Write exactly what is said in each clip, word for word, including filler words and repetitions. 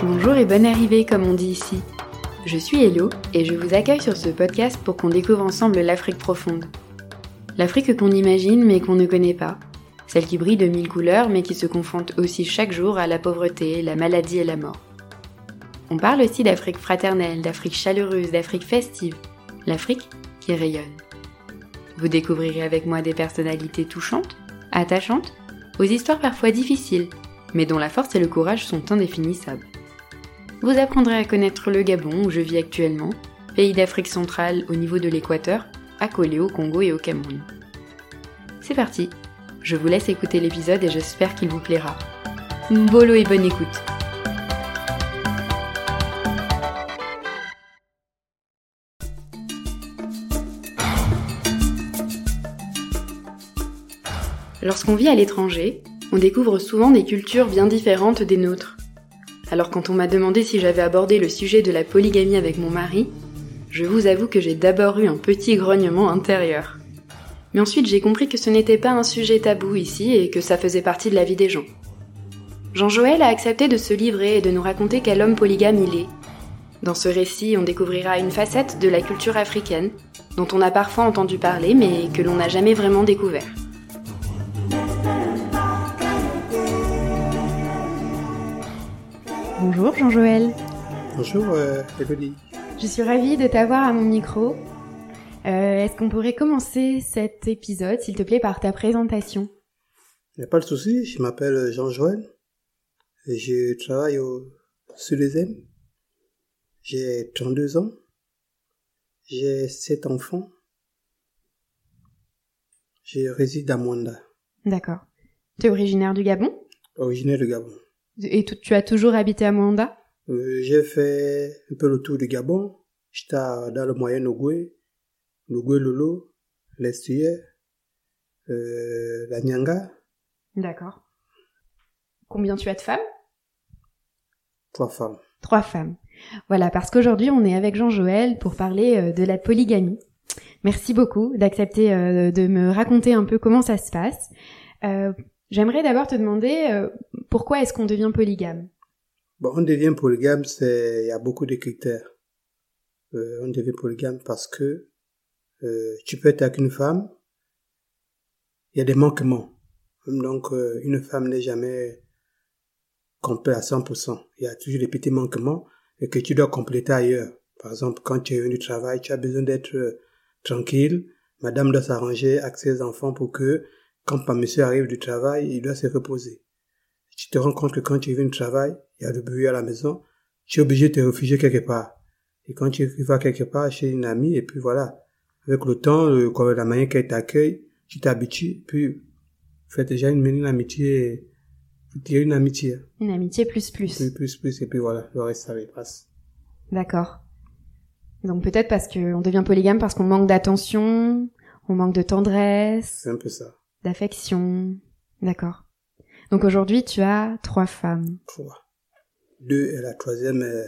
Bonjour et bonne arrivée comme on dit ici. Je suis Hello et je vous accueille sur ce podcast pour qu'on découvre ensemble l'Afrique profonde. L'Afrique qu'on imagine mais qu'on ne connaît pas. Celle qui brille de mille couleurs mais qui se confronte aussi chaque jour à la pauvreté, la maladie et la mort. On parle aussi d'Afrique fraternelle, d'Afrique chaleureuse, d'Afrique festive. L'Afrique qui rayonne. Vous découvrirez avec moi des personnalités touchantes, attachantes, aux histoires parfois difficiles, mais dont la force et le courage sont indéfinissables. Vous apprendrez à connaître le Gabon où je vis actuellement, pays d'Afrique centrale au niveau de l'équateur, accolé au Congo et au Cameroun. C'est parti, je vous laisse écouter l'épisode et j'espère qu'il vous plaira. Mbolo et bonne écoute. Lorsqu'on vit à l'étranger, on découvre souvent des cultures bien différentes des nôtres. Alors quand on m'a demandé si j'avais abordé le sujet de la polygamie avec mon mari, je vous avoue que j'ai d'abord eu un petit grognement intérieur. Mais ensuite j'ai compris que ce n'était pas un sujet tabou ici et que ça faisait partie de la vie des gens. Jean-Joël a accepté de se livrer et de nous raconter quel homme polygame il est. Dans ce récit, on découvrira une facette de la culture africaine, dont on a parfois entendu parler mais que l'on n'a jamais vraiment découvert. Bonjour Jean-Joël. Bonjour euh, Elodie. Je suis ravie de t'avoir à mon micro. Euh, est-ce qu'on pourrait commencer cet épisode, s'il te plaît, par ta présentation ? Il n'y a pas de souci, je m'appelle Jean-Joël et je travaille au Sud-Ezem. J'ai trente-deux ans, j'ai sept enfants, je réside à Mwanda. D'accord. Tu es originaire du Gabon ? Originaire du Gabon. Et tu as toujours habité à Mwanda ? euh, J'ai fait un peu le tour du Gabon. J'étais dans le Moyen-Ogooué, l'Ogooué-Lolo, l'Estuaire, euh, la Nyanga. D'accord. Combien tu as de femmes ? Trois femmes. Trois femmes. Voilà, parce qu'aujourd'hui, on est avec Jean-Joël pour parler euh, de la polygamie. Merci beaucoup d'accepter euh, de me raconter un peu comment ça se passe. Euh, J'aimerais d'abord te demander euh, pourquoi est-ce qu'on devient polygame ? Bon, on devient polygame, c'est il y a beaucoup de critères. Euh, on devient polygame parce que euh, tu peux être avec une femme, il y a des manquements. Donc, euh, une femme n'est jamais complète à cent pour cent. Il y a toujours des petits manquements et que tu dois compléter ailleurs. Par exemple, quand tu es venu du travail, tu as besoin d'être euh, tranquille. Madame doit s'arranger avec ses enfants pour que quand pas monsieur arrive du travail, il doit se reposer. Tu te rends compte que quand tu viens du travail, il y a du bruit à la maison, tu es obligé de te réfugier quelque part. Et quand tu vas quelque part chez une amie, et puis voilà, avec le temps, le, la manière qu'elle t'accueille, tu t'habitues, puis vous faites déjà une, une amitié, vous tirez une amitié. Une amitié plus plus. Plus, plus, plus, et puis voilà, le reste, ça passe. D'accord. Donc peut-être parce qu'on devient polygame parce qu'on manque d'attention, on manque de tendresse. C'est un peu ça. D'affection. D'accord. Donc aujourd'hui, tu as trois femmes. Trois. Deux et la troisième est,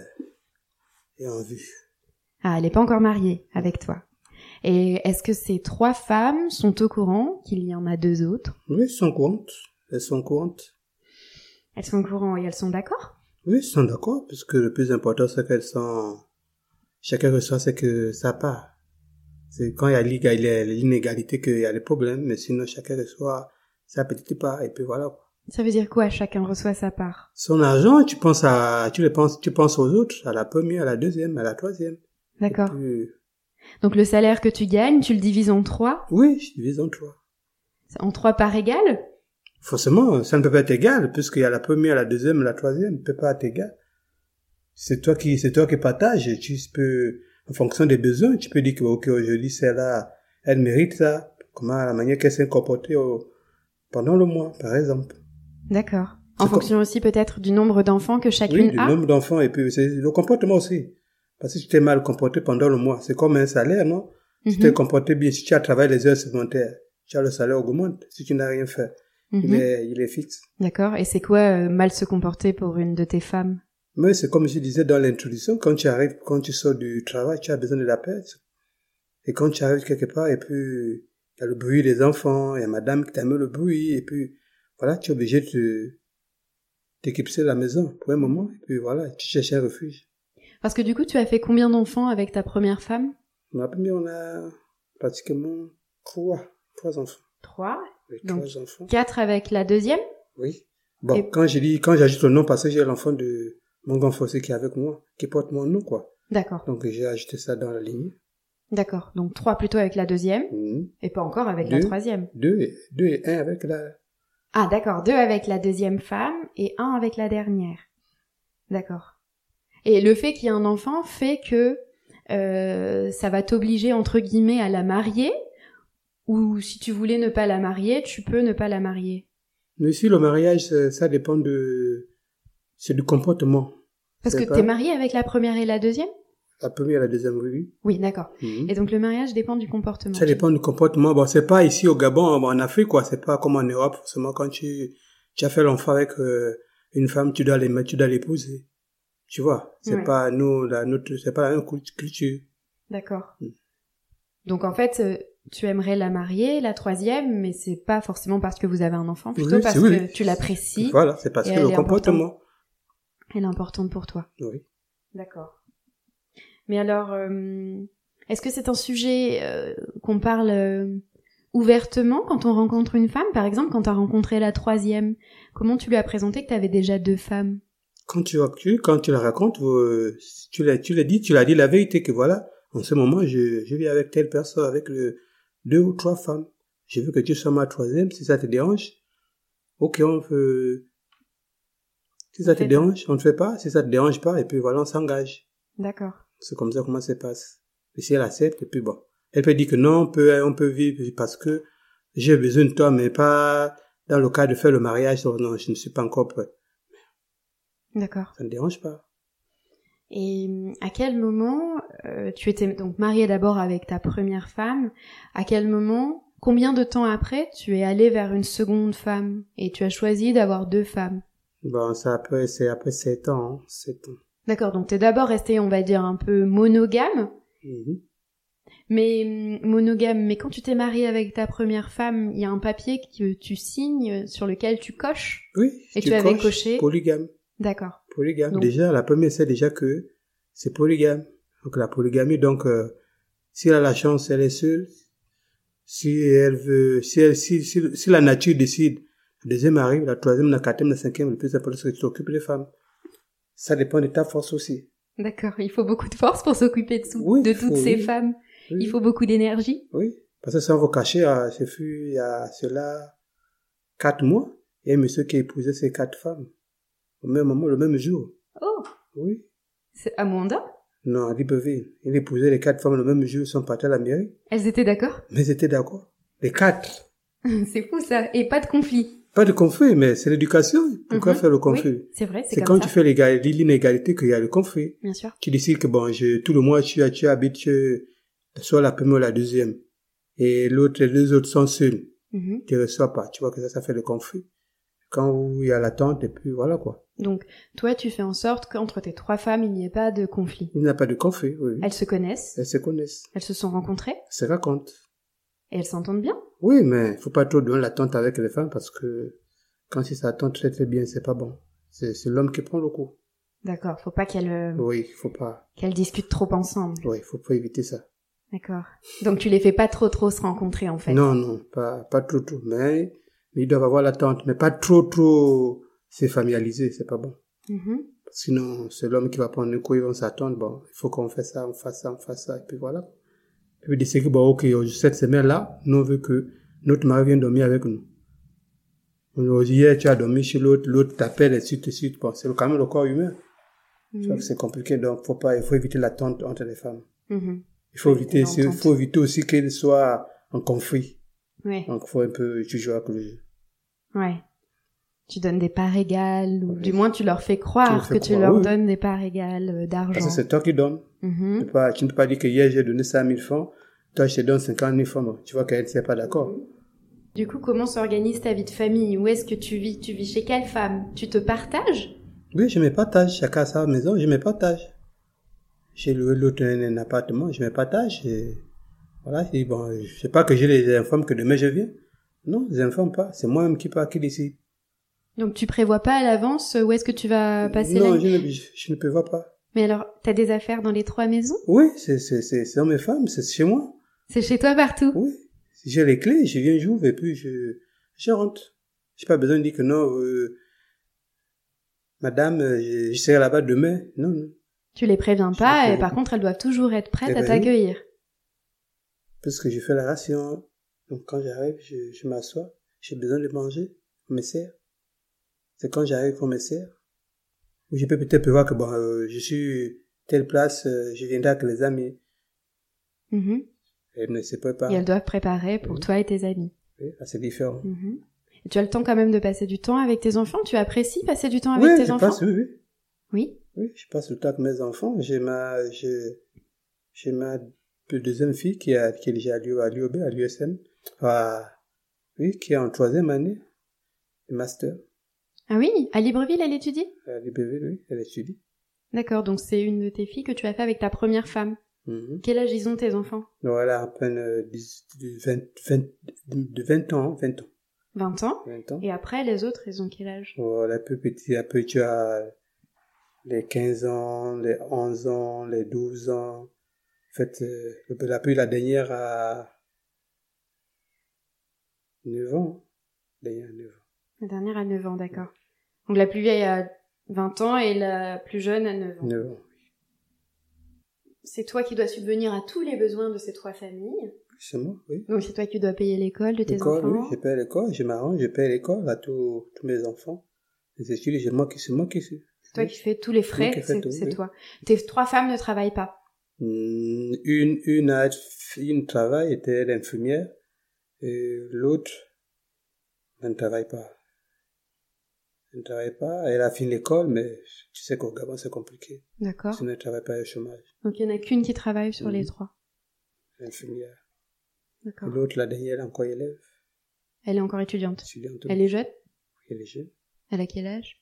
est en vue. Ah, elle n'est pas encore mariée avec toi. Et est-ce que ces trois femmes sont au courant qu'il y en a deux autres ? Oui, elles sont courantes. Elles sont courantes. Elles sont au courant et elles sont d'accord ? Oui, elles sont d'accord, puisque le plus important, c'est qu'elles sont... Chacun reçoit ce que ça part. C'est quand il y a l'inégalité qu'il y a des problèmes, mais sinon chacun reçoit sa petite part et puis voilà quoi. Ça veut dire quoi, chacun reçoit sa part ? Son argent, tu penses à, tu le penses, tu penses aux autres, à la première, à la deuxième, à la troisième. D'accord. Puis... Donc le salaire que tu gagnes, tu le divises en trois ? Oui, je divise en trois. En trois parts égales ? Forcément, ça ne peut pas être égal, puisqu'il y a la première, la deuxième, la troisième, ne peut pas être égal. C'est toi qui, c'est toi qui partages, tu peux, en fonction des besoins, tu peux dire que, ok, aujourd'hui, celle-là, elle mérite ça, comment, la manière qu'elle s'est comportée au, pendant le mois, par exemple. D'accord. En c'est fonction comme... aussi peut-être du nombre d'enfants que chacune oui, du a. Oui, du nombre d'enfants, et puis c'est le comportement aussi. Parce que si tu t'es mal comporté pendant le mois, c'est comme un salaire, non? Si mm-hmm. tu t'es comporté bien, si tu as travaillé les heures supplémentaires, tu as le salaire augmente. Si tu n'as rien fait, mm-hmm. il est, il est fixe. D'accord. Et c'est quoi euh, mal se comporter pour une de tes femmes? Mais c'est comme je disais dans l'introduction, quand tu arrives, quand tu sors du travail, tu as besoin de la paix. Et quand tu arrives quelque part, et puis, il y a le bruit des enfants, il y a madame qui t'aime le bruit, et puis, voilà, tu es obligé de te, t'éclipser la maison pour un moment, et puis voilà, tu cherches un refuge. Parce que du coup, tu as fait combien d'enfants avec ta première femme? Ma première, on a pratiquement trois, trois enfants. Trois. Oui, Donc, trois enfants. Quatre avec la deuxième? Oui. Bon, Et... quand j'ai dit, quand j'ajoute le nom, parce que j'ai l'enfant de mon grand fossé qui est avec moi, qui porte mon nom, quoi. D'accord. Donc, j'ai ajouté ça dans la ligne. D'accord. Donc, trois plutôt avec la deuxième, Mmh. et pas encore avec deux, la troisième. Deux, et, deux et un avec la... Ah, d'accord. Deux avec la deuxième femme et un avec la dernière. D'accord. Et le fait qu'il y ait un enfant fait que euh, ça va t'obliger, entre guillemets, à la marier, ou si tu voulais ne pas la marier, tu peux ne pas la marier? Mais si le mariage, ça, ça dépend de... C'est du comportement. Parce c'est que pas... t'es marié avec la première et la deuxième? La première et la deuxième, oui. Oui, d'accord. Mmh. Et donc le mariage dépend du comportement. Ça dépend du comportement. Bon, c'est pas ici au Gabon, en Afrique, quoi. C'est pas comme en Europe, forcément. Quand tu, tu as fait l'enfant avec euh, une femme, tu dois les, tu dois l'épouser. Tu vois. C'est ouais. pas nous, la, notre, c'est pas la même culture. D'accord. Mmh. Donc en fait, euh, tu aimerais la marier, la troisième, mais c'est pas forcément parce que vous avez un enfant, plutôt oui, parce oui. que tu l'apprécies. Voilà, c'est parce que le comportement. Importante. Elle est importante pour toi. Oui. D'accord. Mais alors, euh, est-ce que c'est un sujet euh, qu'on parle euh, ouvertement quand on rencontre une femme? Par exemple, quand tu as rencontré la troisième, comment tu lui as présenté que tu avais déjà deux femmes? Quand tu, tu, quand tu la racontes, euh, tu l'as, tu l'as dit, tu l'as dit la vérité que voilà, en ce moment, je, je vis avec telle personne, avec le, deux ou trois femmes. Je veux que tu sois ma troisième, si ça te dérange. Ok, on peut, si ça te dérange, on ne fait pas, si ça te dérange pas, et puis voilà, on s'engage. D'accord. C'est comme ça comment ça se passe. Et si elle accepte, et puis bon. Elle peut dire que non, on peut, on peut vivre parce que j'ai besoin de toi, mais pas dans le cas de faire le mariage. Non, je ne suis pas encore prêt. D'accord. Ça ne dérange pas. Et à quel moment, euh, tu étais donc marié d'abord avec ta première femme, à quel moment, combien de temps après, tu es allé vers une seconde femme et tu as choisi d'avoir deux femmes? Bon, ça après, c'est après sept ans, hein, sept ans. D'accord, donc t'es d'abord resté, on va dire, un peu monogame. Mm-hmm. Mais monogame, mais quand tu t'es marié avec ta première femme, il y a un papier que tu signes sur lequel tu coches. Oui, et tu, tu avais coché polygame. D'accord. Polygame. Donc, déjà, la première, c'est déjà que c'est polygame. Donc la polygamie, donc euh, si elle a la chance, elle est seule. Si elle veut, si elle, si, si, si la nature décide, la deuxième arrive, la troisième, la quatrième, la cinquième, le plus important, c'est que tu t'occupes des femmes. Ça dépend de ta force aussi. D'accord. Il faut beaucoup de force pour s'occuper de, sous, oui, de toutes faut, ces oui. femmes. Oui. Il faut beaucoup d'énergie. Oui. Parce que sans vous cacher, ce fut, il y a cela quatre mois, il y a un monsieur qui épousait ces quatre femmes. Au même moment, le même jour. Oh. Oui. C'est à Mwanda? Non, à Libreville. Il épousait les quatre femmes le même jour, ils sont partis à la mairie. Elles étaient d'accord? Mais elles étaient d'accord. Les quatre. C'est fou ça. Et pas de conflit. Pas de conflit, mais c'est l'éducation. Pourquoi mm-hmm. faire le conflit? Oui, c'est vrai, c'est, c'est comme quand ça. tu fais l'inégalité qu'il y a le conflit. Bien sûr. Tu décides que bon, je, tout le mois, tu, tu habites tu, soit la première ou la deuxième. Et l'autre, les deux autres sont seuls. Mm-hmm. Tu ne reçois pas. Tu vois que ça, ça fait le conflit. Quand il y a l'attente, et puis voilà quoi. Donc, toi, tu fais en sorte qu'entre tes trois femmes, il n'y ait pas de conflit. Il n'y a pas de conflit, oui. Elles se connaissent. Elles se connaissent. Elles se sont rencontrées. Elles se racontent. Et elles s'entendent bien. Oui, mais il faut pas trop donner l'attente avec les femmes parce que quand ils s'attendent très très bien, c'est pas bon. C'est, c'est l'homme qui prend le coup. D'accord, faut pas qu'elles... Euh, oui, faut pas. Qu'elles discutent trop ensemble. Oui, faut pas éviter ça. D'accord. Donc tu les fais pas trop trop se rencontrer en fait. Non, non, pas, pas trop trop. Mais, mais ils doivent avoir l'attente, mais pas trop trop se familiariser, c'est pas bon. Mm-hmm. Sinon, c'est l'homme qui va prendre le coup, ils vont s'attendre, bon, il faut qu'on fasse ça, on fasse ça, on fasse ça, et puis voilà. Et puis décider que, bon, ok, cette semaine-là, nous on veut que notre mari vienne dormir avec nous. Hier, tu as dormi chez l'autre, l'autre t'appelle, et suite, et suite. Bon, c'est quand même le corps humain. Mm-hmm. Tu vois que c'est compliqué, donc faut pas, il faut éviter l'attente entre les femmes. Mm-hmm. Il faut éviter, il faut éviter aussi qu'elles soient en conflit. Ouais. Donc, il faut un peu, tu joues avec le jeu. Ouais. Tu donnes des parts égales, ou oui. Du moins tu leur fais croire fais que croire, tu leur oui. donnes des parts égales euh, d'argent. Parce que c'est toi qui donnes. Mm-hmm. Tu, peux pas, tu ne peux pas dire que hier j'ai donné cinq mille francs, toi je te donne cinquante mille francs. Bon, tu vois qu'elle ne s'est pas d'accord. Du coup, comment s'organise ta vie de famille? Où est-ce que tu vis? Tu vis chez quelle femme? Tu te partages? Oui, je me partage. Chacun a sa maison, je me partage. Chez l'autre un appartement, je me partage. Et voilà, je dis, bon, je sais pas que j'ai les enfants que demain je viens. Non, je n'informe pas. C'est moi-même qui part, qui décide. Donc tu prévois pas à l'avance où est-ce que tu vas passer Non, la nuit? je ne, je, je ne prévois pas. Mais alors, t'as des affaires dans les trois maisons? Oui, c'est, c'est, c'est, c'est dans mes femmes, c'est chez moi. C'est chez toi partout? Oui. Si j'ai les clés, je viens, j'ouvre et puis je, je rentre. J'ai pas besoin de dire que non, euh, madame, je, je serai là-bas demain. Non, non. Tu les préviens Je pas les et préviens. par contre elles doivent toujours être prêtes Eh à ben t'accueillir. Parce que je fais la ration. Donc quand j'arrive, je, je m'assois. J'ai besoin de manger. On me sert. C'est quand j'arrive qu'on me sert. Ou je peux peut-être prévoir que bon, euh, je suis telle place, euh, je viendrai avec les amis. Mhm. Elles ne se préparent. Et elles doivent préparer pour Oui. toi et tes amis. Oui, c'est différent. Mhm. Et tu as le temps quand même de passer du temps avec tes enfants? Tu apprécies passer du temps avec Oui, tes je enfants? passe, oui, oui. Oui. Oui, je passe le temps avec mes enfants. J'ai ma, j'ai, j'ai ma deuxième fille qui a, qui est déjà à l'U O B, à l'U S M. Enfin, oui, qui est en troisième année. Le master. Ah oui, à Libreville elle étudie? À l'U B V, oui, elle étudie. D'accord, donc c'est une de tes filles que tu as fait avec ta première femme. Mhm. Quel âge ils ont tes enfants? Donc, elle a à peine euh, dix, de vingt, vingt, de vingt ans, vingt ans. vingt ans? vingt ans. Et après les autres ils ont quel âge? Oh, la plus petite, la plus, tu as les quinze ans, les onze ans, les douze ans. En fait, euh, la plus, la dernière a neuf ans. La dernière a neuf ans. La dernière a neuf ans, d'accord. Donc la plus vieille a vingt ans et la plus jeune a neuf ans. neuf ans. C'est toi qui dois subvenir à tous les besoins de ces trois familles. C'est moi, oui. Donc c'est toi qui dois payer l'école de tes L'école, enfants. oui, je paye l'école, je m'arrange, je paye l'école à tous, tous mes enfants. Les études, c'est moi qui, c'est moi qui suis. C'est toi qui fais tous les frais, qui fais c'est tout, c'est oui. toi. Tes trois femmes ne travaillent pas. Hmm, Une, une a, une travaille, était l'infirmière, et l'autre, elle ne travaille pas. Elle ne travaille pas, elle a fini l'école, mais tu sais qu'au Gabon, c'est compliqué. D'accord. Sinon, elle ne travaille pas au chômage. Donc il n'y en a qu'une qui travaille sur Mhm. les trois. L'infirmière. Et D'accord. l'autre, la dernière, elle est encore élève, Elle est encore étudiante. étudiante. Elle est jeune? Elle est jeune. Elle a quel âge?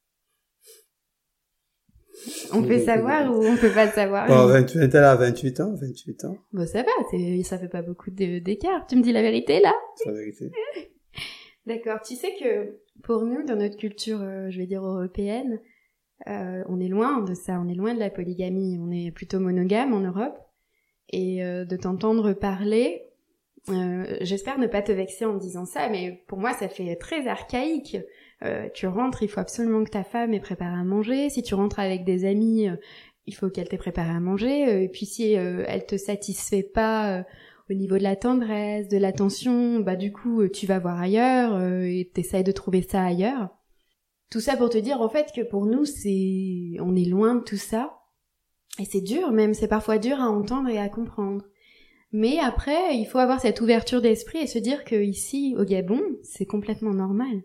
On peut savoir ou on peut pas savoir? Bon, vingt-huit, elle a vingt-huit ans, vingt-huit ans, Bon, ça va, c'est- ça fait pas beaucoup de- d'écart. Tu me dis la vérité, là? c'est la vérité. D'accord. Tu sais que pour nous, dans notre culture, euh, je vais dire européenne, euh, on est loin de ça. On est loin de la polygamie. On est plutôt monogame en Europe. Et euh, de t'entendre parler, euh, j'espère ne pas te vexer en disant ça, mais pour moi, ça fait très archaïque. Euh, tu rentres, il faut absolument que ta femme ait préparé à manger. Si tu rentres avec des amis, euh, il faut qu'elle t'ait préparé à manger. Euh, et puis si euh, elle te satisfait pas euh, au niveau de la tendresse, de l'attention, bah du coup euh, tu vas voir ailleurs euh, et t'essayes de trouver ça ailleurs. Tout ça pour te dire en fait que pour nous c'est, on est loin de tout ça et c'est dur même, c'est parfois dur à entendre et à comprendre. Mais après il faut avoir cette ouverture d'esprit et se dire que ici au Gabon c'est complètement normal.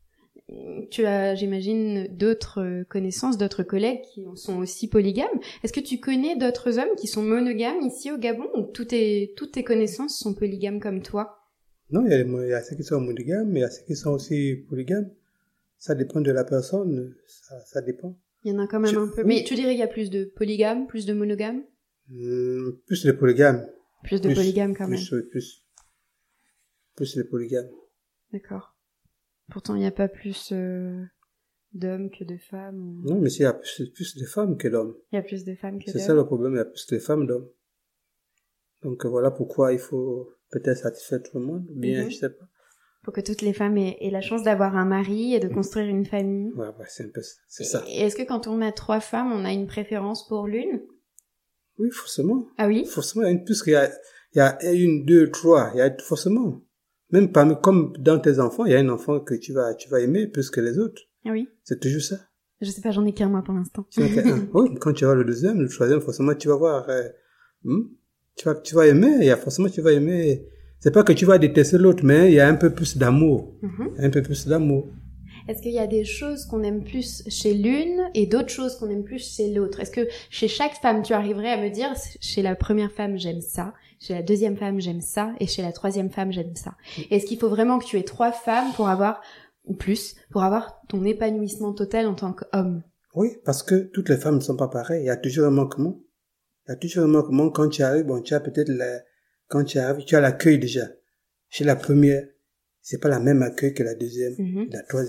Tu as, j'imagine, d'autres connaissances, d'autres collègues qui sont aussi polygames. Est-ce que tu connais d'autres hommes qui sont monogames ici au Gabon ou toutes tes, toutes tes connaissances sont polygames comme toi? Non, il y, a les, il y a ceux qui sont monogames, mais il y a ceux qui sont aussi polygames. Ça dépend de la personne, ça, ça dépend. Il y en a quand même Je- un peu. oui. Mais tu dirais qu'il y a plus de polygames, plus de monogames? Hum, plus les polygames. Plus de Plus- polygames quand même. Plus, oui, plus, plus les polygames. D'accord. Pourtant, il n'y a pas plus euh, d'hommes que de femmes. ou- Non, mais il y a plus, plus de femmes que d'hommes. Il y a plus de femmes que C'est d'hommes. ça le problème, il y a plus de femmes d'hommes. Donc euh, voilà pourquoi il faut peut-être satisfaire tout le monde, ou bien Mhm. je sais pas. Pour que toutes les femmes aient, aient la chance d'avoir un mari et de construire une famille. Ouais, ouais, c'est un peu ça. C'est ça. Et est-ce que quand on a trois femmes, on a une préférence pour l'une? Oui, forcément. Ah oui? Forcément, il y a une, puisqu'il y a, il y a une, deux, trois, il y a forcément. Même parmi, comme dans tes enfants, il y a un enfant que tu vas, tu vas aimer plus que les autres. Ah oui? C'est toujours ça. Je sais pas, j'en ai qu'un moi pour l'instant. Tu n'as qu'un. Oui, quand tu vas le deuxième, le troisième, forcément, tu vas voir, euh, hmm, tu vas, tu vas aimer, il y a forcément, tu vas aimer. C'est pas que tu vas détester l'autre, mais il y a un peu plus d'amour. Mhm. Un peu plus d'amour. Est-ce qu'il y a des choses qu'on aime plus chez l'une et d'autres choses qu'on aime plus chez l'autre? Est-ce que chez chaque femme, tu arriverais à me dire, chez la première femme, j'aime ça, chez la deuxième femme, j'aime ça, et chez la troisième femme, j'aime ça? Est-ce qu'il faut vraiment que tu aies trois femmes pour avoir, ou plus, pour avoir ton épanouissement total en tant qu'homme? Oui, parce que toutes les femmes ne sont pas pareilles. Il y a toujours un manquement. Il y a toujours un manquement. Quand tu arrives, bon, tu as peut-être la, quand tu arrives, tu as l'accueil déjà. Chez la première, c'est pas la même accueil que la deuxième, Mhm. la troisième.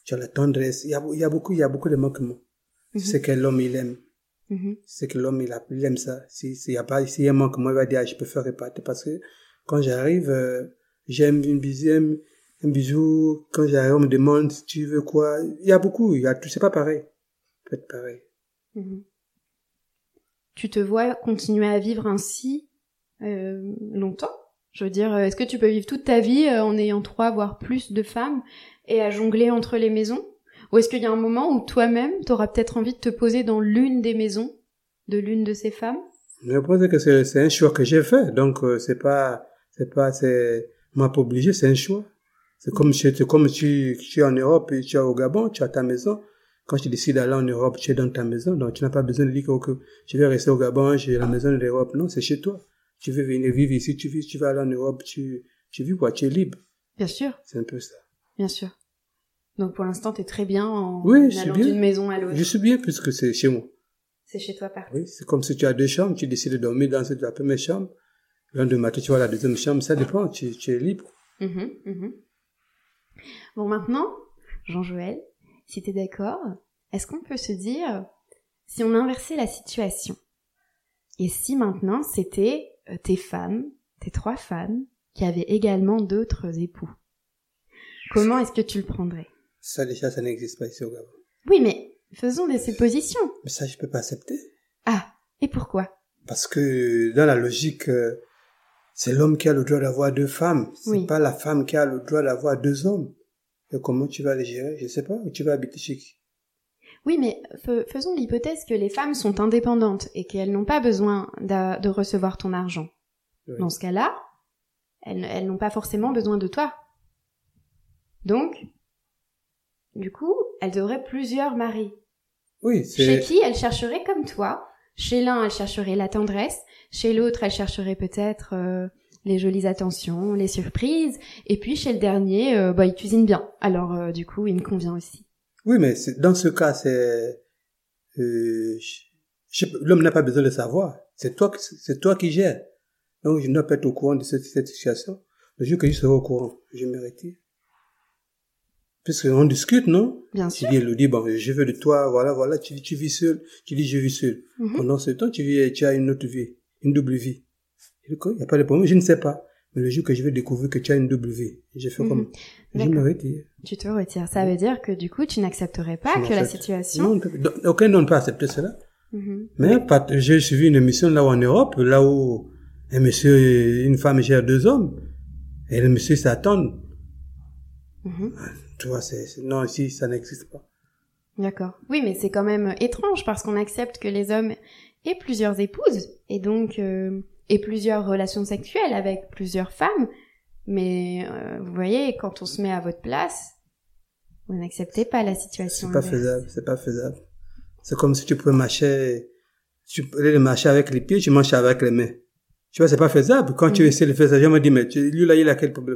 tu as la tendresse. Il y a, il y a beaucoup, il y a beaucoup de manquements. Mm-hmm. C'est que l'homme, il aime. Mm-hmm. C'est que l'homme, il, a, il aime ça. Si, s'il y a pas, s'il y a un manquement, il va dire, ah, je peux faire répartir parce que quand j'arrive, euh, j'aime une bisou, un bisou. Quand j'arrive, on me demande si tu veux quoi. Il y a beaucoup, il y a tout, c'est pas pareil. Peut être pareil. Mm-hmm. Tu te vois continuer à vivre ainsi, euh, longtemps? Je veux dire, est-ce que tu peux vivre toute ta vie euh, en ayant trois, voire plus de femmes et à jongler entre les maisons? Ou est-ce qu'il y a un moment où toi-même, t'auras peut-être envie de te poser dans l'une des maisons de l'une de ces femmes? Je pense que c'est, c'est un choix que j'ai fait. Donc, euh, c'est pas, c'est pas, c'est, moi pas obligé, c'est un choix. C'est comme, c'est comme tu, tu es en Europe et tu es au Gabon, tu as ta maison. Quand tu décides d'aller en Europe, tu es dans ta maison. Donc, tu n'as pas besoin de dire que, que je vais rester au Gabon, j'ai la maison de l'Europe. Non, c'est chez toi. Tu veux venir vivre ici, tu vis, tu vas aller en Europe, tu, tu vis quoi, tu es libre. Bien sûr. C'est un peu ça. Bien sûr. Donc pour l'instant, t'es très bien en oui, je allant suis bien. d'une maison à l'autre. Je suis bien puisque c'est chez moi. C'est chez toi partout. Oui, c'est comme si tu as deux chambres, tu décides de dormir dans cette, la première chambre. Le lendemain matin, tu vas à la deuxième chambre, ça dépend, tu, tu es libre. Mmh, mmh. Bon, maintenant, Jean-Joël, si t'es d'accord, est-ce qu'on peut se dire, si on inversait la situation, et si maintenant c'était euh, tes femmes, tes trois femmes, qui avaient également d'autres époux, comment est-ce que tu le prendrais? Ça déjà, ça n'existe pas ici au Gabon. Oui, mais faisons des suppositions. Mais ça, je peux pas accepter. Ah, et pourquoi? Parce que dans la logique, euh, c'est l'homme qui a le droit d'avoir deux femmes. C'est oui. Pas la femme qui a le droit d'avoir deux hommes. Et comment tu vas les gérer? Je sais pas. Ou tu vas habiter chez qui? Oui, mais f- faisons l'hypothèse que les femmes sont indépendantes et qu'elles n'ont pas besoin de, de recevoir ton argent. Oui. Dans ce cas-là, elles, elles n'ont pas forcément besoin de toi. Donc, du coup, elles auraient plusieurs maris. Oui, c'est... Chez qui elles chercheraient comme toi. Chez l'un, elles chercheraient la tendresse. Chez l'autre, elles chercheraient peut-être euh, les jolies attentions, les surprises. Et puis, chez le dernier, euh, bah, il cuisine bien. Alors, euh, du coup, il me convient aussi. Oui, mais c'est, dans ce cas, c'est... Euh, je, je, l'homme n'a pas besoin de savoir. C'est toi, c'est toi qui gères. Donc, je ne dois pas être au courant de cette, cette situation. Le jour que je serai au courant, je me retire. Puisqu'on discute, non? Bien tu sûr. viens lui dire, bon, je veux de toi, voilà, voilà, tu, tu vis seul. Tu dis, je vis seul. Mm-hmm. Pendant ce temps, tu vis, tu as une autre vie, une double vie. Il n'y a pas de problème, je ne sais pas. Mais le jour que je vais découvrir que tu as une double vie, je fais mm-hmm. comme, je me retire. Tu te retires. Ça veut dire que, du coup, tu n'accepterais pas je que la situation... Non, aucun ne peut accepter cela. Mm-hmm. Mais, Mais... j'ai suivi une émission là-haut en Europe, là où un monsieur, une femme gère deux hommes. Et le monsieur s'attend. Mm-hmm. Tu vois, c'est, c'est, non, ici, ça n'existe pas. D'accord. Oui, mais c'est quand même étrange parce qu'on accepte que les hommes aient plusieurs épouses et donc euh, aient plusieurs relations sexuelles avec plusieurs femmes. Mais euh, vous voyez, quand on se met à votre place, vous n'acceptez pas la situation. C'est pas inverse. faisable, c'est pas faisable. C'est comme si tu pouvais marcher, tu pouvais marcher avec les pieds, tu marches avec les mains. Tu vois, c'est pas faisable. Quand mmh. tu essaies de faire ça, je me dis, mais tu, lui là, il a quel problème?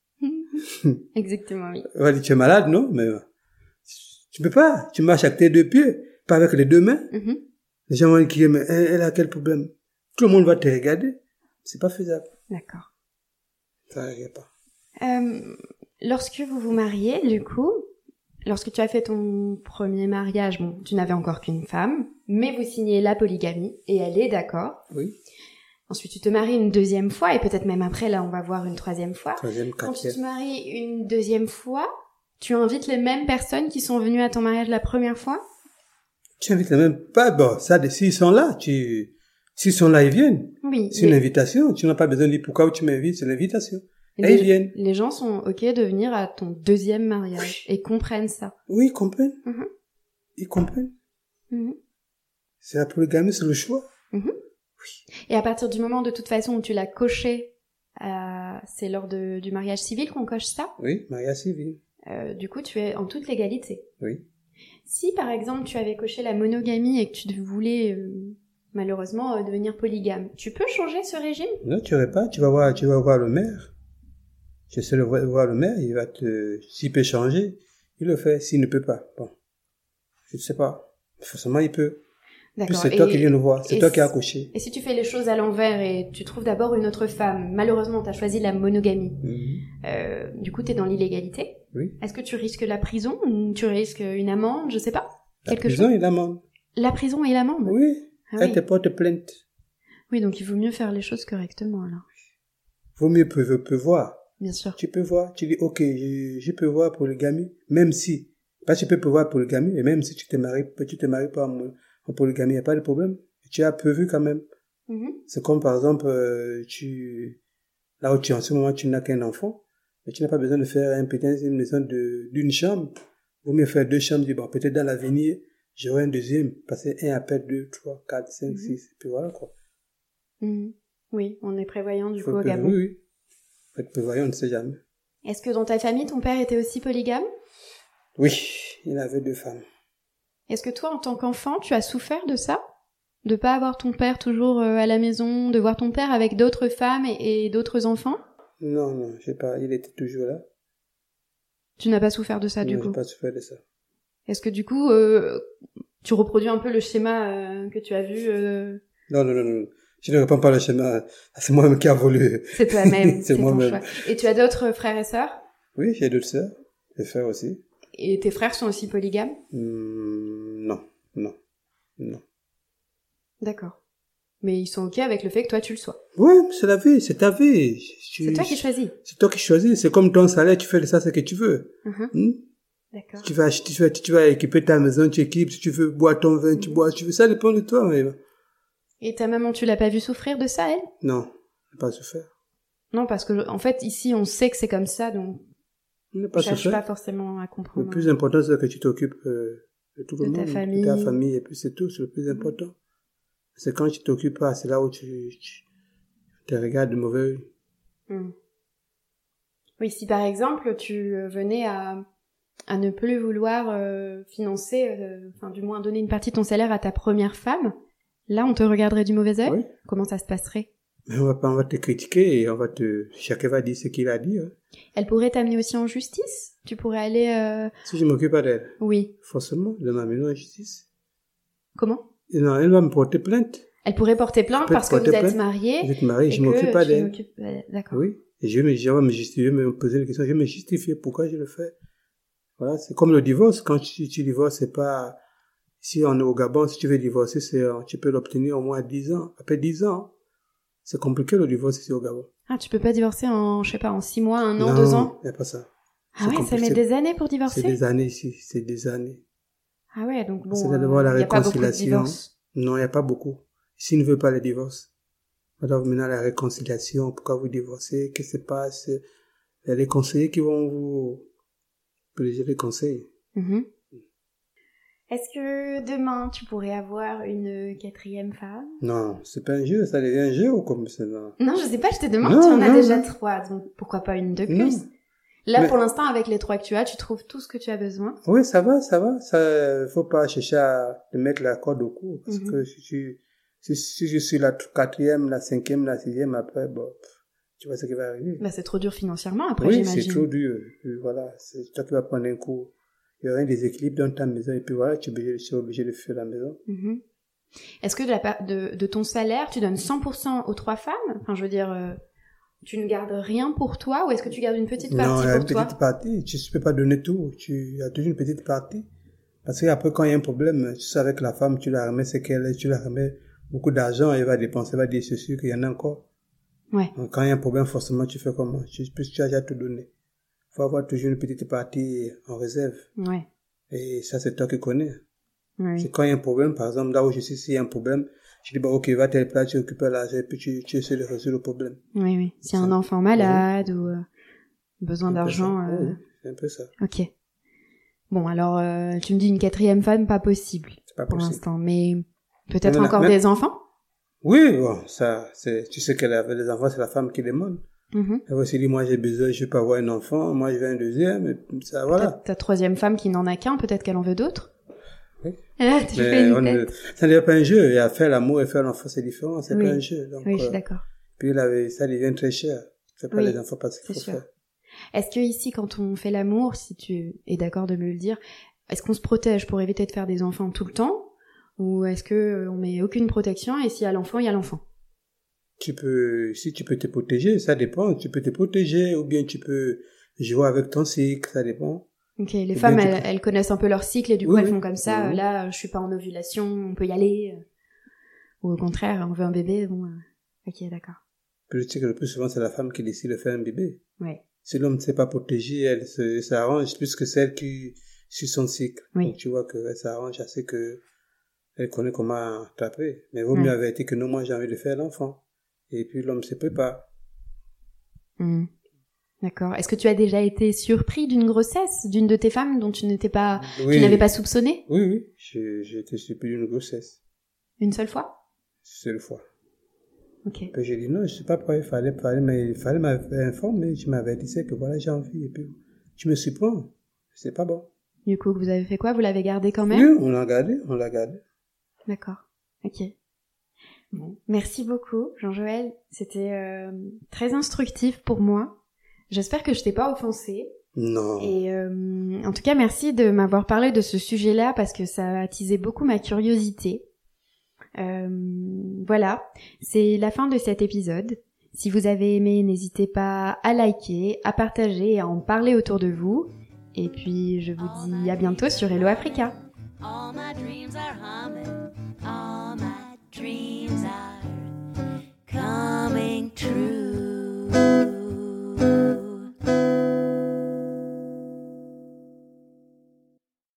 Exactement, oui. On va dire, tu es malade, non? Mais tu peux pas. Tu marches avec tes deux pieds, pas avec les deux mains. Mm-hmm. Les gens vont dire, mais elle, elle a quel problème? Tout le monde va te regarder. C'est pas faisable. D'accord. Ça n'arrive pas. Euh, lorsque vous vous mariez, du coup, lorsque tu as fait ton premier mariage, bon, tu n'avais encore qu'une femme, mais vous signez la polygamie et elle est d'accord. Oui. Ensuite, tu te maries une deuxième fois, et peut-être même après, là, on va voir une troisième fois. Troisième, Quand tu te maries une deuxième fois, tu invites les mêmes personnes qui sont venues à ton mariage la première fois? Tu invites les mêmes, pas, bon, ça, s'ils sont là, tu, s'ils sont là, ils viennent. Oui. C'est mais... une invitation, tu n'as pas besoin de dire pourquoi tu m'invites, c'est l'invitation. Et les, ils viennent. Les gens sont ok de venir à ton deuxième mariage, et comprennent ça. Oui, ils comprennent. Mm-hmm. Ils comprennent. Mm-hmm. C'est la polygamie, c'est le choix. Mm-hmm. Oui. Et à partir du moment, de toute façon, où tu l'as coché, euh, c'est lors de, du mariage civil qu'on coche ça? Oui, mariage civil. Euh, du coup, tu es en toute légalité. Oui. Si, par exemple, tu avais coché la monogamie et que tu voulais, euh, malheureusement, euh, devenir polygame, tu peux changer ce régime? Non, tu n'aurais pas. Tu vas voir, tu vas voir le maire. Tu sais le voir le maire, il va te, s'il peut changer, il le fait. S'il ne peut pas, bon. Je ne sais pas. Forcément, il peut. D'accord. Puis c'est toi et, qui viens nous voir, c'est toi qui as accouché. Et si tu fais les choses à l'envers et tu trouves d'abord une autre femme, malheureusement tu as choisi la monogamie, mmh. euh, du coup tu es dans l'illégalité. Oui. Est-ce que tu risques la prison ou tu risques une amende, je sais pas? La Quelque prison chose. et l'amende. La prison et l'amende? Oui. Ah Elle oui. te porte plainte. Oui, donc il vaut mieux faire les choses correctement alors. Vaut mieux peu, peu voir. Bien sûr. Tu peux voir, tu dis, ok, je, je peux voir pour le polygamie, même si, pas tu peux voir pour le polygamie, mais même si tu te maries, tu te maries pas en, en polygamie, il n'y a pas de problème. Tu as prévu quand même. Mm-hmm. C'est comme par exemple, euh, tu, là où tu, en ce moment, tu n'as qu'un enfant, mais tu n'as pas besoin de faire un petit, une maison de, d'une chambre. Vaut mieux faire deux chambres, dis, bon, peut-être dans l'avenir, j'aurai un deuxième, passer un après deux, trois, quatre, cinq, Mm-hmm. six, et puis voilà, quoi. Mm-hmm. Oui, on est prévoyant du Faut coup au que- Gabon. Oui, oui. Faut être prévoyant, on ne sait jamais. Est-ce que dans ta famille, ton père était aussi polygame? Oui, il avait deux femmes. Est-ce que toi, en tant qu'enfant, tu as souffert de ça? De pas avoir ton père toujours euh, à la maison, de voir ton père avec d'autres femmes et, et d'autres enfants? Non, non, j'ai pas, il était toujours là. Tu n'as pas souffert de ça, du non, coup? j'ai pas souffert de ça. Est-ce que du coup, euh, tu reproduis un peu le schéma euh, que tu as vu euh... Non, non, non, non. Je ne reprends pas le schéma. C'est moi-même qui a voulu. C'est toi-même, C'est c'est ton moi-même. choix. Et tu as d'autres frères et sœurs? Oui, j'ai d'autres sœurs. Des frères aussi. Et tes frères sont aussi polygames? Hmm, non, non, non. D'accord. Mais ils sont ok avec le fait que toi tu le sois. Ouais, c'est la vie, c'est ta vie. Tu- C'est toi qui choisis. C'est toi qui choisis. C'est comme ton salaire, tu fais de ça ce que tu veux. Mhm. Hmm? D'accord. Si tu vas acheter, tu vas, tu vas équiper ta maison, tu équipes. Si tu veux boire ton vin, tu bois. Tu veux, ça dépend de toi, mais Et ta maman, tu l'as pas vue souffrir de ça, elle? non, j'ai pas souffert. Non, parce que en fait ici on sait que c'est comme ça, donc On n'a je pas cherche souffert. pas forcément à Le comprendre. plus important, c'est que tu t'occupes euh, de tout le De monde, ta famille. de ta famille, et puis c'est tout, c'est le plus important. C'est quand tu t'occupes pas, c'est là où tu, tu te regardes de mauvais œil. Hmm. Oui, si par exemple tu euh, venais à, à ne plus vouloir euh, financer, euh, enfin du moins donner une partie de ton salaire à ta première femme, là on te regarderait du mauvais œil? Oui. Comment ça se passerait? Mais on va pas, on va te critiquer et on va te, chacun va dire ce qu'il a dit. Hein. Elle pourrait t'amener aussi en justice? Tu pourrais aller... Euh... Si je m'occupe pas d'elle, Oui. forcément, elle va m'amener en justice. Comment? Et non, elle va me porter plainte. Elle pourrait porter plainte peux parce que vous porter êtes plainte. mariés. Je te marie, et je que m'occupe pas tu d'elle. m'occupes- euh, D'accord. Oui. Et je vais me, je vais me justifier, je vais me poser une question, je vais me justifier pourquoi je le fais. Voilà, c'est comme le divorce. Quand tu, tu divorces, c'est pas, si on est au Gabon, si tu veux divorcer, c'est, tu peux l'obtenir au moins à dix ans. Après dix ans, c'est compliqué le divorce ici au Gabon. Ah, tu peux pas divorcer en, je sais pas, en six mois, un an, non, deux ans? il n'y a pas ça. Ah ouais, ça compliqué. met des années pour divorcer? C'est des années ici, c'est des années. Ah ouais, donc bon, C'est il d'abord la n'y a pas beaucoup de réconciliation. divorces. Non, il n'y a pas beaucoup. Ici, ils ne veulent pas le divorce. Alors maintenant, la réconciliation, pourquoi vous divorcez, qu'est-ce qui se passe? Il y a des conseillers qui vont vous privilégier les conseils. Mhm. Est-ce que demain, tu pourrais avoir une quatrième femme? Non, c'est pas un jeu, ça devient un jeu ou comme c'est non? Non, je sais pas, je te demande, Non, tu en as non, déjà non. trois, donc pourquoi pas une de plus? Non. Là, Mais- pour l'instant, avec les trois que tu as, tu trouves tout ce que tu as besoin. Oui, ça va, ça va. Ça, faut pas chercher à te mettre la corde au cou. Parce Mhm. que si tu, si, si je suis la quatrième, la cinquième, la sixième, après, bon, pff, tu vois ce qui va arriver. Bah, c'est trop dur financièrement après, Oui, j'imagine. c'est trop dur. Puis voilà, c'est toi qui vas prendre un coup. Il y aura un déséquilibre dans ta maison et puis voilà, tu es obligé, tu es obligé de faire la maison. Mhm. Est-ce que de, la, pa- de, de ton salaire, tu donnes cent pour cent aux trois femmes? Enfin, je veux dire, euh, tu ne gardes rien pour toi ou est-ce que tu gardes une petite Non, partie il y a pour une toi? petite partie. Tu ne peux pas donner tout. Tu as toujours une petite partie. Parce qu'après, quand il y a un problème, tu sais, avec la femme, tu la remets ce qu'elle est, tu la remets beaucoup d'argent, elle va dépenser, elle va dire, c'est sûr qu'il y en a encore. Ouais. Donc, quand il y a un problème, forcément, tu fais comment? Tu, tu as déjà tout donné. Il faut avoir toujours une petite partie en réserve. Ouais. Et ça, c'est toi qui connais. Oui. C'est quand il y a un problème, par exemple, là où je suis, s'il y a un problème, je dis, bah, ok, va telle place, tu récupères l'argent, et puis tu, tu essaies de résoudre le problème. Oui, oui. S'il y a Ça- un enfant malade ou euh, besoin C'est un peu d'argent. ça. euh, Oui, c'est un peu ça. Ok. Bon, alors, euh, tu me dis une quatrième femme, pas possible C'est pas pour possible. l'instant, mais peut-être Mais la- encore mais- des enfants? Oui, bon, ça, c'est, tu sais qu'elle avait des enfants, c'est la femme qui demande. Mhm. Elle va se dire, moi, j'ai besoin, je peux avoir un enfant, moi, je veux un deuxième, et puis ça, voilà. Ta, ta troisième femme qui n'en a qu'un, peut-être qu'elle en veut d'autres? Oui. Ah, tu fais Mais une on ne, tête. ça n'est pas un jeu. Et à faire l'amour et faire l'enfant, c'est différent. C'est Oui. pas un jeu. Donc, Oui, je suis euh, d'accord. puis là, ça devient très cher. C'est pas Oui, les enfants parce qu'il c'est faut sûr. faire. Est-ce que ici, quand on fait l'amour, si tu es d'accord de me le dire, est-ce qu'on se protège pour éviter de faire des enfants tout le temps? Ou est-ce que euh, on met aucune protection et s'il y a l'enfant, il y a l'enfant? Tu peux, si tu peux te protéger, ça dépend. Tu peux te protéger ou bien tu peux je vois avec ton cycle, ça dépend. Ok, les Et femmes, bien, elles, tu- elles connaissent un peu leur cycle et du coup, Oui, elles oui. font comme ça. Mhm. Là, je suis pas en ovulation, on peut y aller. Ou au contraire, on veut un bébé, bon... euh, Ok, d'accord. Puis je sais que le plus souvent, c'est la femme qui décide de faire un bébé. Ouais. Si l'homme ne s'est pas protégé, elle se, s'arrange plus que celle qui suit son cycle. Oui. Donc tu vois qu'elle s'arrange assez que elle connaît comment attraper. Mais il vaut Ouais. mieux avertir que non, moi j'ai envie de faire l'enfant. Et puis l'homme se prépare. Hmm. D'accord. Est-ce que tu as déjà été surpris d'une grossesse d'une de tes femmes dont tu n'étais pas, Oui. tu n'avais pas soupçonné Oui, oui. J'ai, j'ai été surpris d'une grossesse. une seule fois? Seule fois. Ok. Puis j'ai dit non, je sais pas pourquoi il fallait, fallait, mais il fallait m'informer. Tu m'avais dit que voilà, j'ai envie. Et puis tu me surprends. C'est pas bon. Du coup, vous avez fait quoi? Vous l'avez gardé quand même? Oui, on l'a gardé, on l'a gardé. D'accord. Ok. Bon. Merci beaucoup, Jean-Joël. C'était euh, très instructif pour moi. J'espère que je t'ai pas offensé. Non. Et euh, en tout cas, merci de m'avoir parlé de ce sujet-là parce que ça a attisé beaucoup ma curiosité. Euh, voilà, c'est la fin de cet épisode. Si vous avez aimé, n'hésitez pas à liker, à partager et à en parler autour de vous. Et puis, je vous dis à bientôt sur Hello Africa. All my dreams are humming, all my dreams are